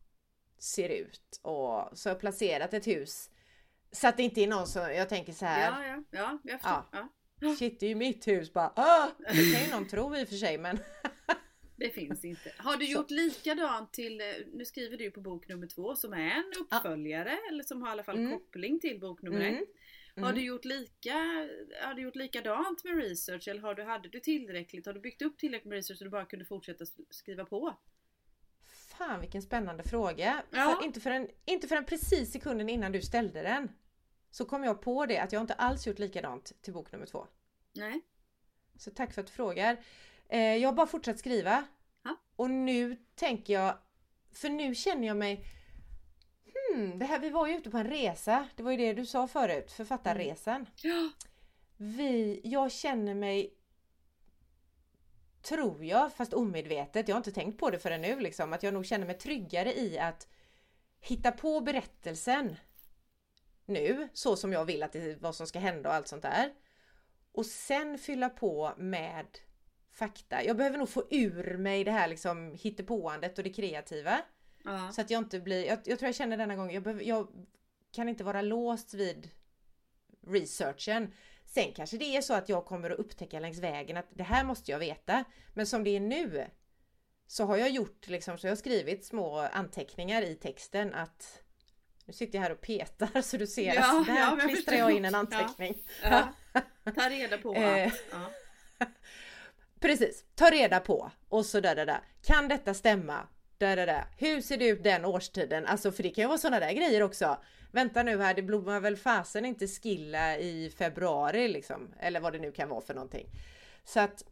ser ut. Och så har jag placerat ett hus. Så att det inte är någon som, jag tänker så här. Ja, ja, ja, jag förstår. Ja. Ja. Shit, det är ju mitt hus bara. Ah! Det kan ju någon tro i och för sig, men. Det finns inte. Har du gjort så. Likadant till, nu skriver du på bok nummer två som är en uppföljare, ja. eller som har i alla fall mm. koppling till bok nummer mm. ett. Har Mm. du gjort lika, har du gjort likadant med research, eller har du, hade du tillräckligt, har du byggt upp tillräckligt med research så du bara kunde fortsätta skriva på? Fan, vilken spännande fråga. Ja. För, inte, för en, inte för en precis sekunden innan du ställde den så kom jag på det att jag inte alls gjort likadant till bok nummer två. Nej. Så tack för att du frågar. Eh, jag har bara fortsatt skriva. Ha? Och nu tänker jag, för nu känner jag mig, hmm, det här, vi var ju ute på en resa. Det var ju det du sa förut, författarresan. Ja. Vi, jag känner mig, tror jag, fast omedvetet, jag har inte tänkt på det förrän nu liksom, att jag nog känner mig tryggare i att hitta på berättelsen nu, så som jag vill att det, vad som ska hända och allt sånt där. Och sen fylla på med fakta. Jag behöver nog få ur mig det här liksom hittepåandet och det kreativa. Ja. Så att jag inte blir, jag, jag tror jag känner denna gång, jag, behöver, jag kan inte vara låst vid researchen. Sen kanske det är så att jag kommer att upptäcka längs vägen att det här måste jag veta. Men som det är nu så har jag gjort liksom, så jag har skrivit små anteckningar i texten att nu sitter jag här och petar så du ser ja, att där ja, jag klistrar jag in en anteckning. Ja. Ja. Ta reda på allt. Ja. Precis, ta reda på och så där, där, där. Kan detta stämma? Där, där, där. Hur ser det ut den årstiden? Alltså för det kan ju vara sådana där grejer också. Vänta nu här, det blommar väl fasen inte skilla i februari liksom. Eller vad det nu kan vara för någonting. Så att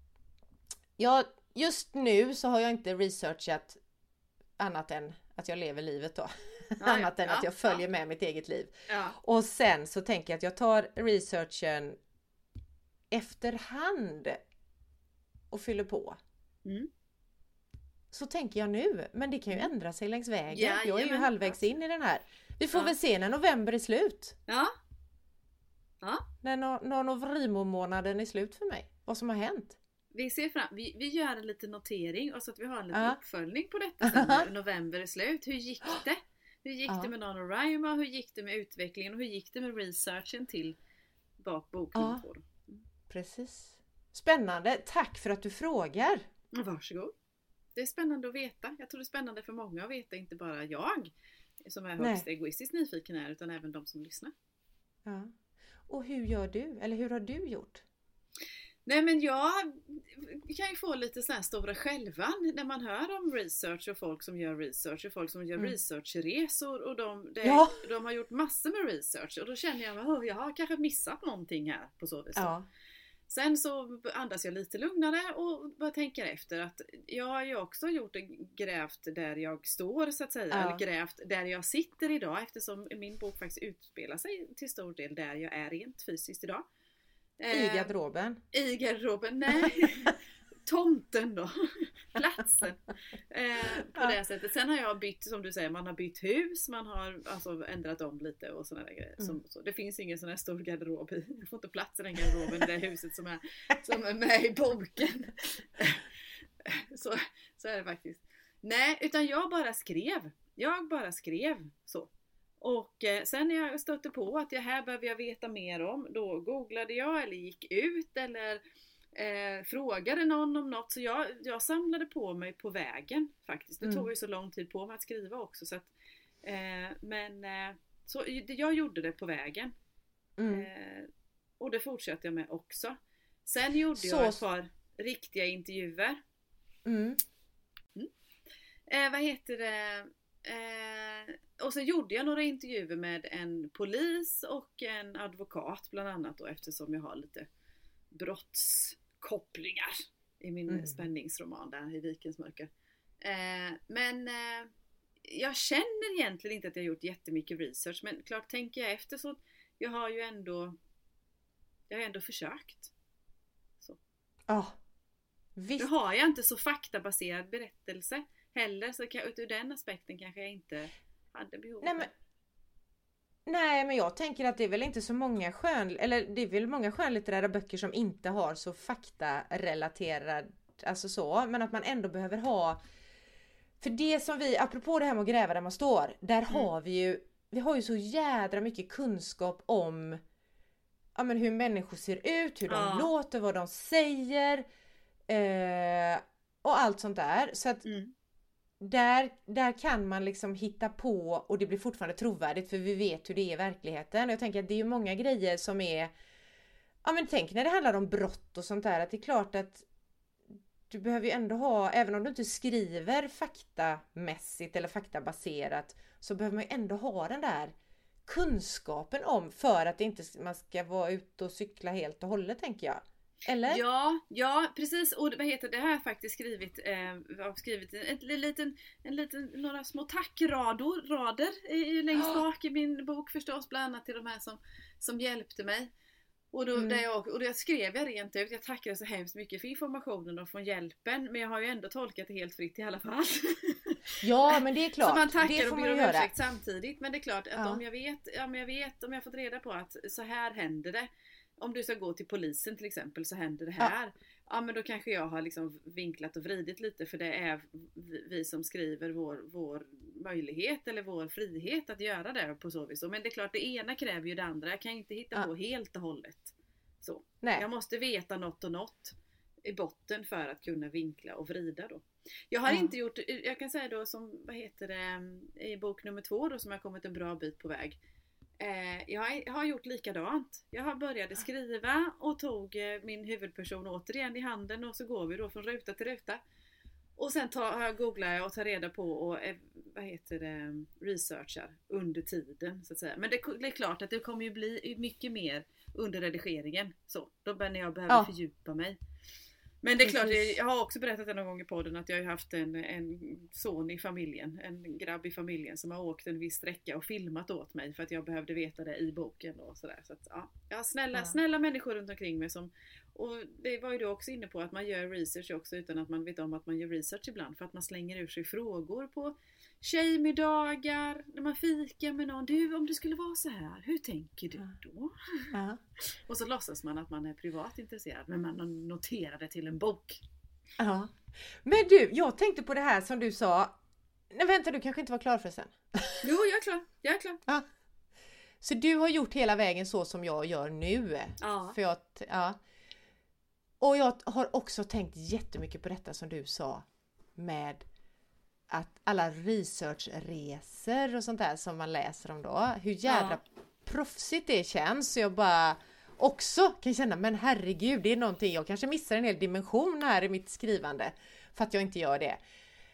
ja, just nu så har jag inte researchat annat än att jag lever livet då. Ja, annat än ja, att jag följer ja. med mitt eget liv. Ja. Och sen så tänker jag att jag tar researchen efterhand och fyller på. Mm. Så tänker jag nu, men det kan ju ändra sig längs vägen. Ja, jag är ju jamen, halvvägs absolut. in i den här. Vi får Ja. väl se när november är slut. Ja. Ja. När no- när novembermånaden är slut för mig. Vad som har hänt. Vi ser fram, vi, vi gör en liten notering och så att vi har en liten Ja. uppföljning på detta sen när november är slut. Hur gick det? Hur gick Ja. det med NaNoWriMo? Hur gick det med utvecklingen? Och hur gick det med researchen till bak bok nummer Ja. två? Precis. Spännande. Tack för att du frågar. Varsågod. Det är spännande att veta. Jag tror det är spännande för många att veta, inte bara jag som är högst Nej. egoistiskt nyfiken här, utan även de som lyssnar. Ja. Och hur gör du? Eller hur har du gjort? Nej, men jag kan ju få lite sån här stora självan när man hör om research och folk som gör research och folk som gör Mm. researchresor och de, det, Ja. de har gjort massor med research och då känner jag att jag har kanske missat någonting här på så vis. Ja. Sen så andas jag lite lugnare och bara tänker efter att jag har ju också gjort en grävt där jag står så att säga, Ja. eller grävt där jag sitter idag, eftersom min bok faktiskt utspelar sig till stor del där jag är rent fysiskt idag. I garderoben. I garderoben, nej. Tomten då. Platsen. Eh, på Ja. det sättet. Sen har jag bytt, som du säger, man har bytt hus. Man har alltså ändrat om lite och sådana där grejer. Mm. Som, så, det finns ingen sån här stor garderob i. Jag får inte plats i den garderoben i det huset som är, som är med i boken. så, så är det faktiskt. Nej, utan jag bara skrev. Jag bara skrev så. Och eh, sen när jag stötte på att det här behöver jag veta mer om, då googlade jag eller gick ut eller eh, frågade någon om något. Så jag, jag samlade på mig på vägen faktiskt. Det Mm. tog ju så lång tid på mig att skriva också. Så att, eh, men eh, så, jag gjorde det på vägen. Mm. Eh, och det fortsatte jag med också. Sen gjorde Så- jag ett par riktiga intervjuer. Mm. Eh, vad heter det? Eh, och så gjorde jag några intervjuer med en polis och en advokat bland annat då, eftersom jag har lite brottskopplingar i min Mm. spänningsroman där i Vikens mörker. Eh, men eh, jag känner egentligen inte att jag gjort jättemycket research, men klart tänker jag efter så jag har ju ändå jag har ändå försökt. Ja. Nu Visst. har jag inte så faktabaserad berättelse heller, så kan, ur den aspekten kanske jag inte hade behov. Nej men, nej men jag tänker att det är väl inte så många skön, eller det är väl många skönlitterära böcker som inte har så faktarelaterad, alltså så, men att man ändå behöver ha, för det som vi, apropå det här med att gräva där man står, där Mm. har vi ju, vi har ju så jädra mycket kunskap om ja, men hur människor ser ut, hur de Ja. låter, vad de säger eh, och allt sånt där, så att Mm. Där, där kan man liksom hitta på och det blir fortfarande trovärdigt för vi vet hur det är i verkligheten. Och jag tänker att det är ju många grejer som är, ja men tänk när det handlar om brott och sånt där, att det är klart att du behöver ju ändå ha, även om du inte skriver faktamässigt eller faktabaserat, så behöver man ju ändå ha den där kunskapen om, för att det inte man ska vara ute och cykla helt och hållet, tänker jag. Eller? Ja, ja, precis. Och vad heter det, här har jag faktiskt skrivit, eh, jag har skrivit en, en, liten, en liten, några små tackrador, rader i, längst bak i min bok förstås, bland annat till de här som, som hjälpte mig. Och då, Mm. där jag, och det skrev jag rent ut, jag tackade så hemskt mycket för informationen och från hjälpen, men jag har ju ändå tolkat det helt fritt i alla fall. Ja, men det är klart. Så man det tackar får och man ber ju om göra. ursäkt samtidigt. Men det är klart att Ja. om jag vet, ja, men jag vet, om jag fått reda på att så här händer det. Om du ska gå till polisen till exempel, så händer det här. Ja, ja men då kanske jag har liksom vinklat och vridit lite, för det är vi, vi som skriver vår, vår möjlighet eller vår frihet att göra det på så vis. Men det är klart, det ena kräver ju det andra. Jag kan inte hitta Ja. på helt och hållet. Så. Nej. Jag måste veta något och något i botten för att kunna vinkla och vrida då. Jag har Ja. inte gjort, jag kan säga då som, vad heter det, i bok nummer två då som har kommit en bra bit på väg. Eh, jag, har, jag har gjort likadant. Jag har började skriva och tog eh, min huvudperson återigen i handen och så går vi då från ruta till ruta. Och sen tar, har jag googlat och tar reda på och eh, vad heter det, researchar under tiden så att säga. Men det, det är klart att det kommer ju bli mycket mer under redigeringen. Så, då när jag behöver Ja. fördjupa mig. Men det är klart, Precis. jag har också berättat en gång i podden att jag har haft en, en son i familjen, en grabb i familjen som har åkt en viss sträcka och filmat åt mig för att jag behövde veta det i boken och sådär. Så att, ja, jag har snälla, Ja. snälla människor runt omkring mig som, och det var ju du också inne på att man gör research också utan att man vet om att man gör research ibland för att man slänger ur sig frågor på tjejmiddagar, när man fikar med någon. Du, om det skulle vara så här, hur tänker du då? Ja. Och så låtsas man att man är privat intresserad men man noterar det till en bok. Ja. Men du, jag tänkte på det här som du sa. Nej, vänta, du kanske inte var klar förresten. Jo, jag är klar. Jag är klar. Ja. Så du har gjort hela vägen så som jag gör nu. Ja. För jag, ja. Och jag har också tänkt jättemycket på detta som du sa. Med att alla researchresor och sånt där som man läser om då. Hur jävla Ja. proffsigt det känns. Så jag bara också kan känna, men herregud, det är någonting. Jag kanske missar en hel dimension här i mitt skrivande. För att jag inte gör det.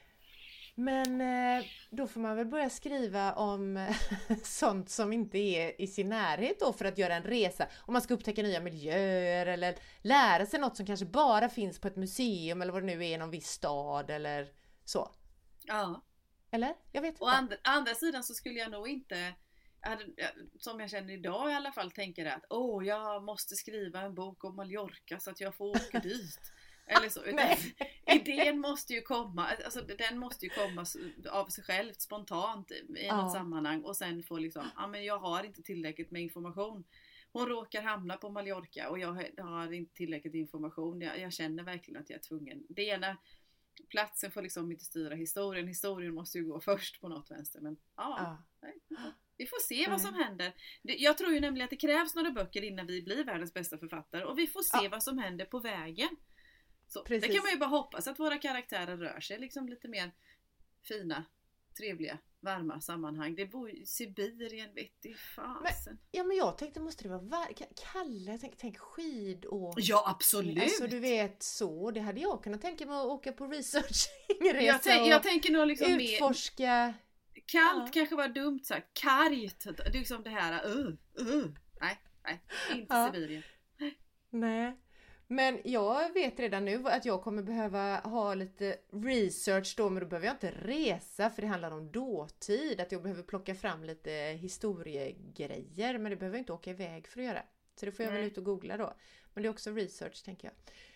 Men eh, då får man väl börja skriva om sånt som inte är i sin närhet då för att göra en resa. Om man ska upptäcka nya miljöer eller lära sig något som kanske bara finns på ett museum eller vad det nu är i någon viss stad eller så. Ja. Eller? Jag vet inte. Å andra, andra sidan så skulle jag nog inte, jag hade, som jag känner idag i alla fall, tänka att åh, jag måste skriva en bok om Mallorca så att jag får åka dit. Eller så. Utan, idén måste ju komma, alltså den måste ju komma av sig själv spontant i Ja. något sammanhang och sen få liksom, ja men jag har inte tillräckligt med information. Hon råkar hamna på Mallorca och jag har inte tillräckligt information. Jag, jag känner verkligen att jag är tvungen. Det ena platsen får liksom inte styra historien. Historien måste ju gå först på något vänster. Men ja, Ja. nej, vi får se vad som händer. Det- Jag tror ju nämligen att det krävs några böcker innan vi blir världens bästa författare. Och vi får se Ja. vad som händer på vägen. Så, det Precis. kan man ju bara hoppas att våra karaktärer rör sig liksom lite mer fina, trevliga, varma sammanhang. Det bor i Sibirien, vet du fasen. Ja, men jag tänkte, måste det vara var- Kalle, jag tänkte, tänk skidåkning. Ja, absolut! Alltså du vet så, det hade jag kunnat tänka mig att åka på researchingresa jag, tänk, och jag tänker nog liksom mer utforska. kallt, Ja. kanske var dumt sagt. Kargt, det är liksom det här, uh, uh. Nej, nej, inte Ja. Sibirien. Nej, men jag vet redan nu att jag kommer behöva ha lite research då, men då behöver jag inte resa för det handlar om dåtid. Att jag behöver plocka fram lite historiegrejer, men det behöver jag inte åka iväg för att göra. Så det får jag Nej. väl ut och googla då. Men det är också research, tänker jag.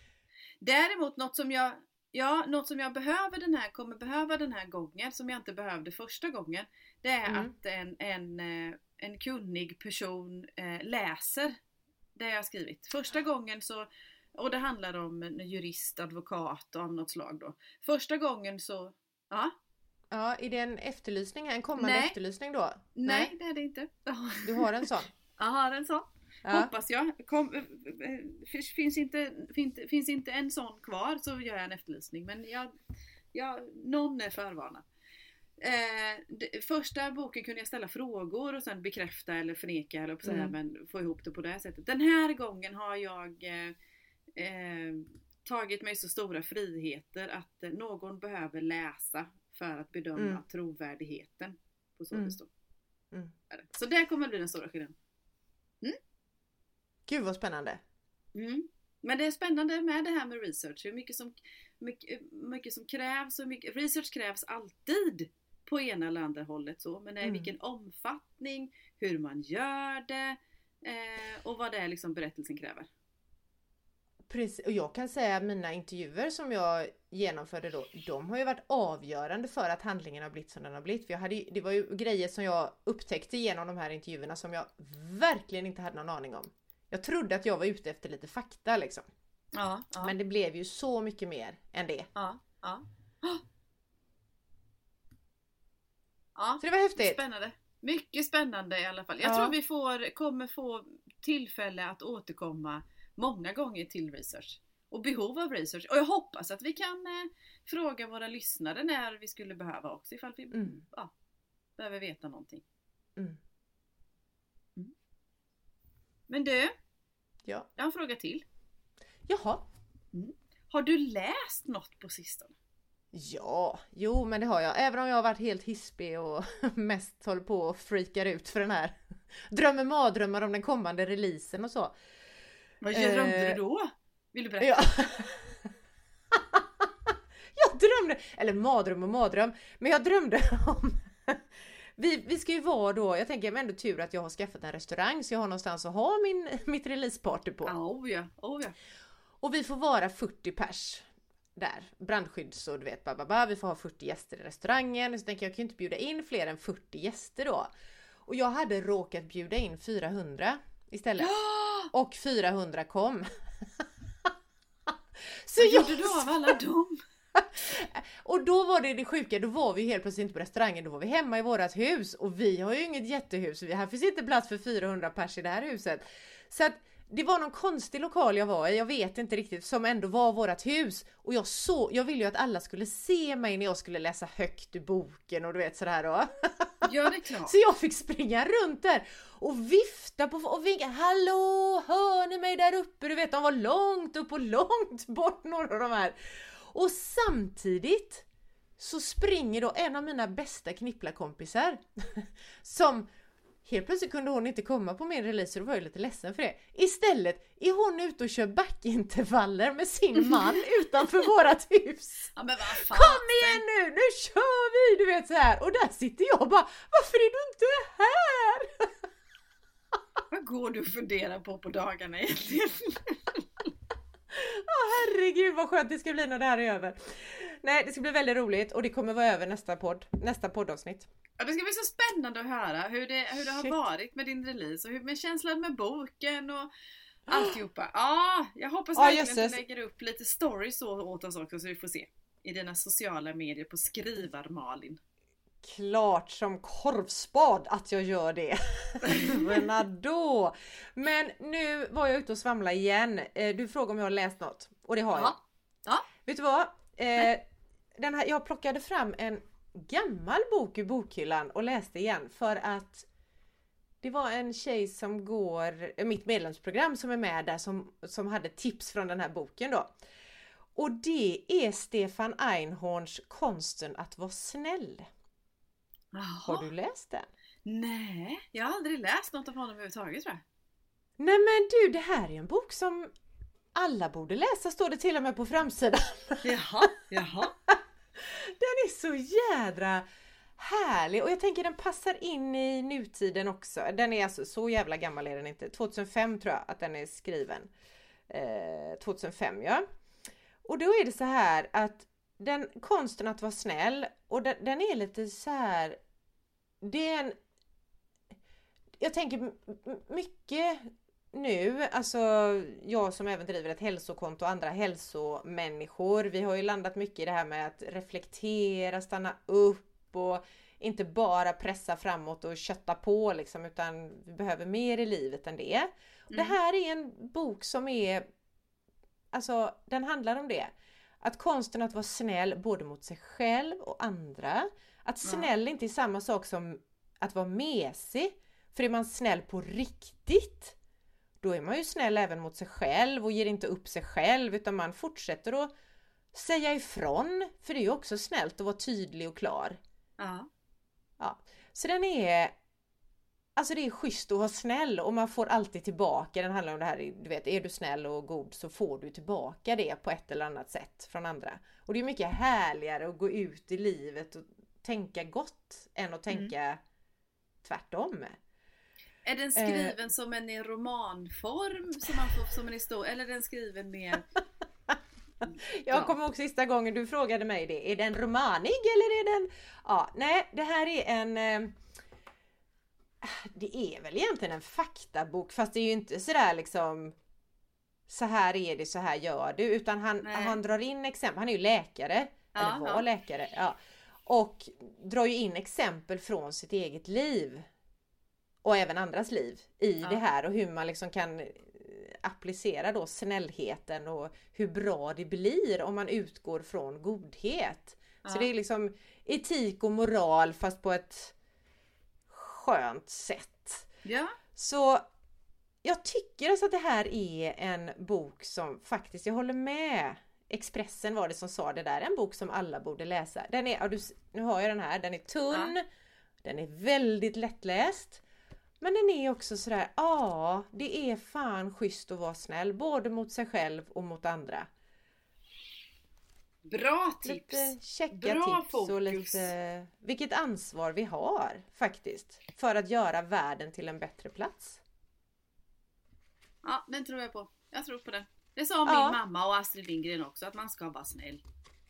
Däremot något som jag, ja, något som jag behöver den här, kommer behöva den här gången, som jag inte behövde första gången, det är Mm. att en, en, eh, en kunnig person eh, läser det jag har skrivit. Första gången så, och det handlar om en jurist, advokat av något slag då. Första gången så, ja, Ja, är det en efterlysning här? En kommande Nej. efterlysning då? nej det är det inte. Du har en sån? Jag har en sån. Ja. Hoppas jag. Kom, eh, eh, finns, inte, finns, finns inte en sån kvar så gör jag en efterlysning. Men jag, jag, någon är förvarnad. Eh, det, första boken kunde jag ställa frågor och sen bekräfta eller förneka eller på säga, Mm. men få ihop det på det här sättet. Den här gången har jag eh, eh, tagit mig så stora friheter att eh, någon behöver läsa för att bedöma Mm. trovärdigheten på så Mm. det står. Mm. Så det kommer bli den stora skillnaden. Gud vad spännande. Mm. Men det är spännande med det här med research. Hur mycket som, mycket, mycket som krävs. Och mycket, research krävs alltid på ena eller andra hållet. Så. Men i Mm. vilken omfattning, hur man gör det eh, och vad det är liksom berättelsen kräver. Precis, och jag kan säga att mina intervjuer som jag genomförde då, de har ju varit avgörande för att handlingen har blivit som den har blivit. För jag hade, ju- det var ju grejer som jag upptäckte genom de här intervjuerna som jag verkligen inte hade någon aning om. Jag trodde att jag var ute efter lite fakta liksom. Ja, ja, Men det blev ju så mycket mer än det. ja, ja. Ja, Så det var häftigt. spännande. Mycket spännande i alla fall. Jag Ja. tror vi får, kommer få tillfälle att återkomma många gånger till research. Och behov av research. Och jag hoppas att vi kan eh, fråga våra lyssnare när vi skulle behöva också. Ifall vi mm. ja, behöver veta någonting. Mm. Mm. Men du, ja. jag har en fråga till. Jaha. Mm. Har du läst något på sistone? Ja, jo men det har jag. Även om jag har varit helt hispig och mest håller på och freakar ut för den här drömmer mardrömmar om den kommande releasen och så. Vad drömde eh, du då? Vill du berätta? Ja. Jag drömde, eller mardröm och mardröm, men jag drömde om vi, vi ska ju vara då, jag tänker ändå tur att jag har skaffat en restaurang så jag har någonstans att ha min, mitt releaseparty på. Oh ja, oh ja. Och vi får vara fyrtio pers där, brandskydd så du vet, bababa, vi får ha fyrtio gäster i restaurangen. Så tänker jag, jag kan inte bjuda in fler än fyrtio gäster då. Och jag hade råkat bjuda in fyrahundra istället. Och fyrahundra kom. Så vad jag... gjorde du av alla dem? Och då var det det sjuka, då var vi helt plötsligt inte på restaurangen, då var vi hemma i vårat hus. Och vi har ju inget jättehus, här finns inte plats för fyrahundra pers i det här huset. Så att det var någon konstig lokal jag var i, jag vet inte riktigt, som ändå var vårat hus. Och jag så, jag ville ju att alla skulle se mig när jag skulle läsa högt ur boken och du vet sådär då. Ja, det är klart. Så jag fick springa runt där och vifta på och vinka, hallå, hör ni mig där uppe? Du vet, de var långt upp och långt bort några av de här. Och samtidigt så springer då en av mina bästa knipplarkompisar som helt plötsligt kunde hon inte komma på min release, så då var jag lite ledsen för det. Istället är hon ute och kör backintervaller med sin man utanför vårat hus. Ja, men vad fan? Kom igen nu, nu kör vi, du vet så här. Och där sitter jag och bara, varför är du inte här? Vad går du och funderar på på dagarna egentligen? Åh, herregud vad skönt det ska bli när det här är över. Nej, det ska bli väldigt roligt och det kommer vara över nästa podd, nästa poddavsnitt. Ja, det ska bli så spännande att höra hur det, hur det har Shit. varit med din release och hur, med känslan med boken och alltihopa. Ja, jag hoppas ah, verkligen Jesus. att du lägger upp lite stories så åt oss också så vi får se i dina sociala medier på Skrivar Malin. Klart som korvspad att jag gör det. Men då. Men nu var jag ute och svamla igen. Du frågade om jag har läst något. Och det har jag. Ja. Ja. Vet du vad? Eh, den här, jag plockade fram en gammal bok ur bokhyllan och läste igen. För att det var en tjej som går, mitt medlemsprogram som är med där, som, som hade tips från den här boken då. Och det är Stefan Einhorns Konsten att vara snäll. Jaha. Har du läst den? Nej, jag har aldrig läst något av honom överhuvudtaget tror jag. Nej men du, det här är en bok som alla borde läsa, står det till och med på framsidan. Jaha, jaha. Den är så jädra härlig och jag tänker den passar in i nutiden också. Den är alltså så jävla gammal är den inte. tjugohundrafem tror jag att den är skriven. Eh, tjugohundrafem ja. Och då är det så här att den konsten att vara snäll och den, den är lite så här, det är en, jag tänker mycket nu, alltså jag som även driver ett hälsokonto och andra hälsomänniskor, vi har ju landat mycket i det här med att reflektera, stanna upp och inte bara pressa framåt och kötta på liksom, utan vi behöver mer i livet än det. Mm. Det här är en bok som är, alltså den handlar om det. Att konsten att vara snäll både mot sig själv och andra. Att snäll inte är samma sak som att vara mesig. För är man snäll på riktigt, då är man ju snäll även mot sig själv och ger inte upp sig själv. Utan man fortsätter att säga ifrån. För det är ju också snällt att vara tydlig och klar. Ja. Ja. Så den är, alltså det är schysst att vara snäll och man får alltid tillbaka. Den handlar om det här, du vet, är du snäll och god så får du tillbaka det på ett eller annat sätt från andra. Och det är mycket härligare att gå ut i livet och tänka gott än att tänka mm. tvärtom. Är den skriven eh. som en i romanform som man får som en historia, eller är den skriven mer... Jag ja. kommer ihåg sista gången du frågade mig det. Är den romanig eller är den... Ja, nej, det här är en... Eh... Det är väl egentligen en faktabok, fast det är ju inte sådär liksom så här är det, så här gör du, utan han, han drar in exempel, han är ju läkare, ja, eller var ja. läkare, ja, och drar ju in exempel från sitt eget liv och även andras liv i ja. det här och hur man liksom kan applicera då snällheten och hur bra det blir om man utgår från godhet. Ja. Så det är liksom etik och moral fast på ett skönt sätt. Ja. Så jag tycker alltså att det här är en bok som faktiskt, jag håller med. Expressen var det som sa det där. En bok som alla borde läsa. Den är, ja, du, nu har jag den här. Den är tunn. Ja. Den är väldigt lättläst. Men den är också sådär, ja, det är fan schysst att vara snäll. Både mot sig själv och mot andra. Bra tips. Lite checka Bra tips fokus. Och lite, vilket ansvar vi har faktiskt. För att göra världen till en bättre plats. Ja, den tror jag på. Jag tror på den. Det sa min ja. mamma och Astrid Lindgren också, att man ska vara snäll.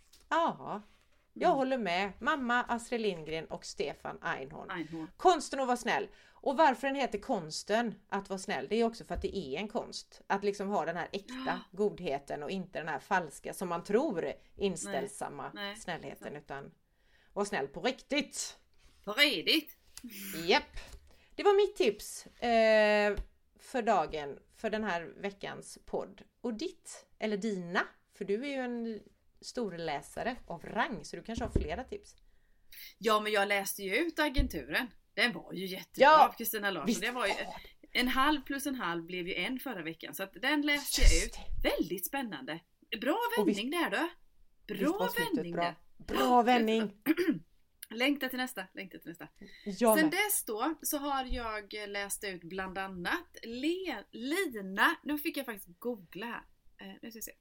Ja, jag mm. håller med. Mamma, Astrid Lindgren och Stefan Einhorn. Einhorn. Konsten att vara snäll. Och varför den heter konsten att vara snäll, det är också för att det är en konst. Att liksom ha den här äkta ja. godheten och inte den här falska som man tror inställsamma Nej. Nej. snällheten. Utan vara snäll på riktigt. På riktigt? Japp. Det var mitt tips eh, för dagen, för den här veckans podd. Och ditt, eller dina, för du är ju en stor läsare av rang, så du kanske har flera tips. Ja, men jag läste ju ut Agenturen. Den var ju jättebra av ja, Kristina Larsson. Det var ju en halv plus en halv blev ju en förra veckan. Så att den läste jag ut. Väldigt spännande. Bra vändning där då. Bra vändning bra. där. Bra vändning. Längta till nästa. Längta till nästa. Jag Sen med. dess då så har jag läst ut bland annat Le, Lina. Nu fick jag faktiskt googla här. Eh, nu ska vi se.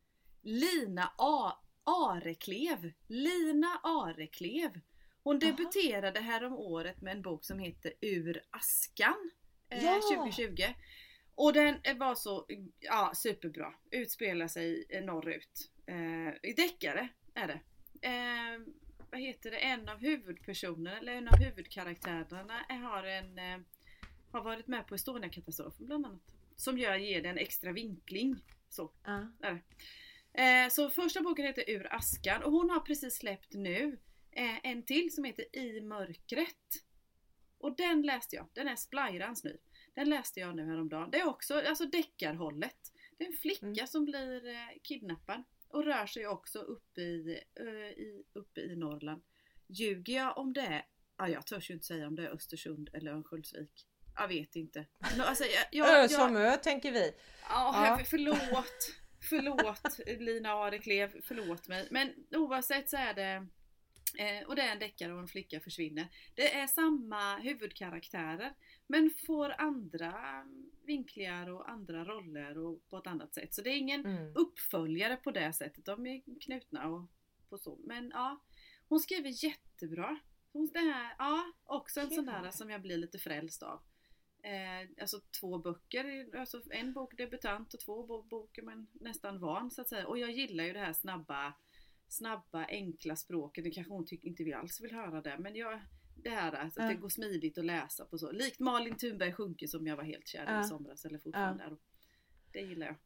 Lina A, Areklev. Lina Areklev. Hon debuterade här om året med en bok som heter Ur askan eh, ja. tjugo tjugo. Och den var så ja, superbra. Utspelar sig norrut. Eh, deckare är det. Eh, vad heter det? En av huvudpersonerna eller en av huvudkaraktärerna har, en, eh, har varit med på Estonia-katastrofen bland annat. Som gör, ger den extra vinkling. Så, uh. är det. Eh, så första boken heter Ur askan och hon har precis släppt nu eh, en till som heter I mörkret. Och den läste jag. Den är splajrans ny. Den läste jag nu häromdagen. Det är också alltså deckarhållet. Det är en flicka mm. som blir eh, kidnappad och rör sig också uppe i, uh, i, uppe i Norrland. Ljuger jag om det är, ja, jag törs ju inte säga om det är Östersund eller Örnsköldsvik. Jag vet inte. No, alltså, jag, jag, Ö som ö tänker vi. Ja, ja. förlåt. Förlåt Lina Areklev, förlåt mig. Men oavsett så är det, eh, och det är en deckare och en flicka försvinner. Det är samma huvudkaraktärer men får andra vinklingar och andra roller och på ett annat sätt. Så det är ingen mm. uppföljare på det sättet. De är knutna och på så. Men ja, hon skriver jättebra. Hon, det här, ja, också en sån där som jag blir lite frälst av. Eh, alltså två böcker, alltså en bok debutant och två böcker men nästan van så att säga. Och jag gillar ju det här snabba, snabba enkla språket. Det kanske hon tycker inte vi alls vill höra det, men jag, det här alltså, att det går smidigt att läsa på så. Likt Malin Thunberg Sjunke som jag var helt kär i uh. somras eller fortfarande uh. där. Det gillar jag.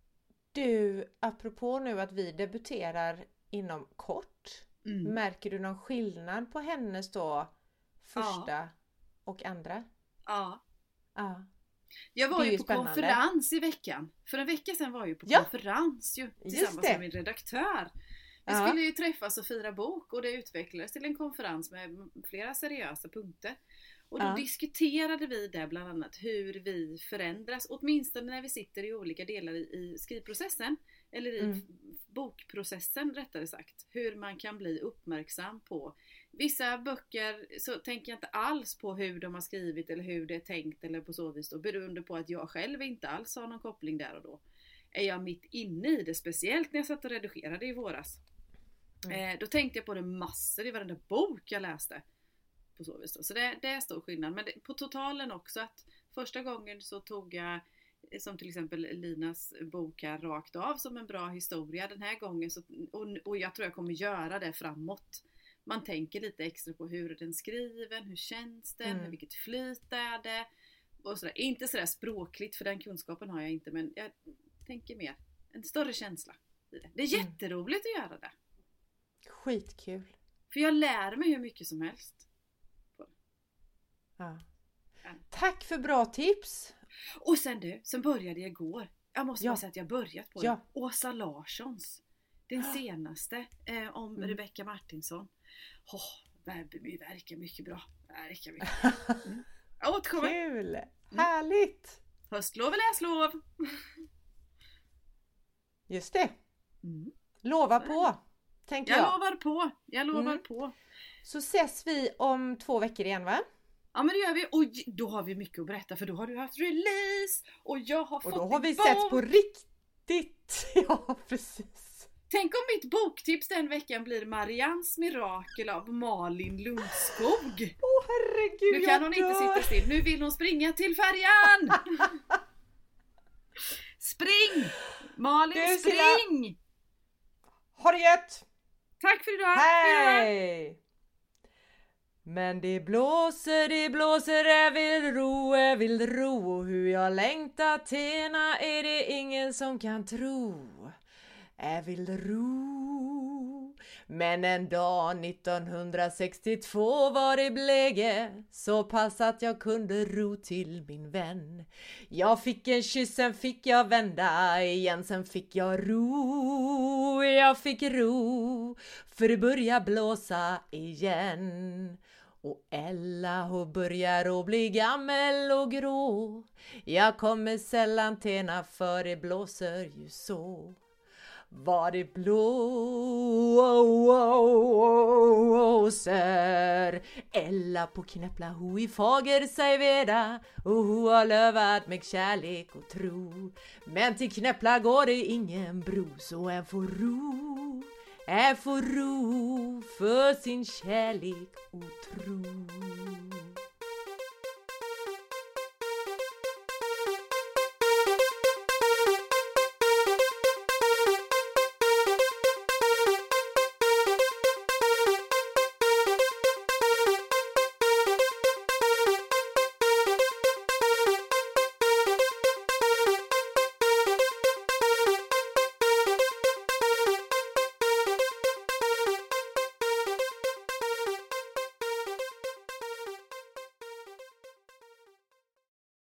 Du, apropå nu att vi debuterar inom kort. Mm. Märker du någon skillnad på hennes då första ja. och andra? Ja. Ja. Jag var ju, ju på spännande. konferens i veckan. För en vecka sedan var jag ju på ja. konferens ju, tillsammans med min redaktör. Vi ja. skulle ju träffas och fira bok och det utvecklades till en konferens med flera seriösa punkter. Och då ja. diskuterade vi där bland annat hur vi förändras, åtminstone när vi sitter i olika delar i, i skrivprocessen. Eller i mm. bokprocessen rättare sagt. Hur man kan bli uppmärksam på. Vissa böcker så tänker jag inte alls på hur de har skrivit eller hur det är tänkt eller på så vis. Då, beroende på att jag själv inte alls har någon koppling där och då. Är jag mitt inne i det, speciellt när jag satt och redigerade i våras. Mm. Eh, då tänkte jag på det massor i varenda bok jag läste. På så vis då. Så det, det är stor skillnad. Men det, på totalen också att första gången så tog jag som till exempel Linas bok här rakt av som en bra historia. Den här gången så, och, och jag tror jag kommer göra det framåt. Man tänker lite extra på hur är den skriven, hur känns den, mm. vilket flyt är det. Och sådär. Inte sådär språkligt för den kunskapen har jag inte, men jag tänker mer en större känsla i det. Det är jätteroligt mm. att göra det. Skitkul. För jag lär mig hur mycket som helst. Ja. Tack för bra tips. Och sen du, sen började jag igår. Jag måste Ja. bara säga att jag börjat på Ja. det. Åsa Larssons. Den senaste eh, om Mm. Rebecca Martinsson. Åh, oh, det verkar mycket bra. Verkar mycket. Mm. Jag återkommer. Kul! Härligt! Höstlov är läslov. Just det. Mm. Lova på, tänker Jag jag. lovar på. Jag lovar Mm. på. Så ses vi om två veckor igen, va? Ja, men det gör vi. Och då har vi mycket att berätta, för då har du haft release och jag har Och fått då har vi en setts bok. på riktigt. Ja, precis. Tänk om mitt boktips den veckan blir Marians mirakel av Malin Lundskog. Åh herregud, Nu kan jag hon inte dör. sitta still. Nu vill hon springa till färjan. Spring! Malin, Du, Silla. spring! Ha det gött! Tack för idag. Hej då. Hej! Men det blåser, det blåser, jag vill ro, jag vill ro. Och hur jag längtar tena är det ingen som kan tro. Jag vill ro. Men en dag nittonhundrasextiotvå var det bläge, så pass att jag kunde ro till min vän. Jag fick en kyss, sen fick jag vända igen, sen fick jag ro. Jag fick ro, för det börjar blåsa igen. Och Ella hon börjar att bli gammel och grå. Jag kommer sällan tena, för det blåser ju så. Var det blåser Ella på Knäppla, ho i fager sig veda, och ho har lövat mig kärlek och tro. Men till Knäppla går det ingen bro, så en får ro, en får ro för sin kärlek och tro.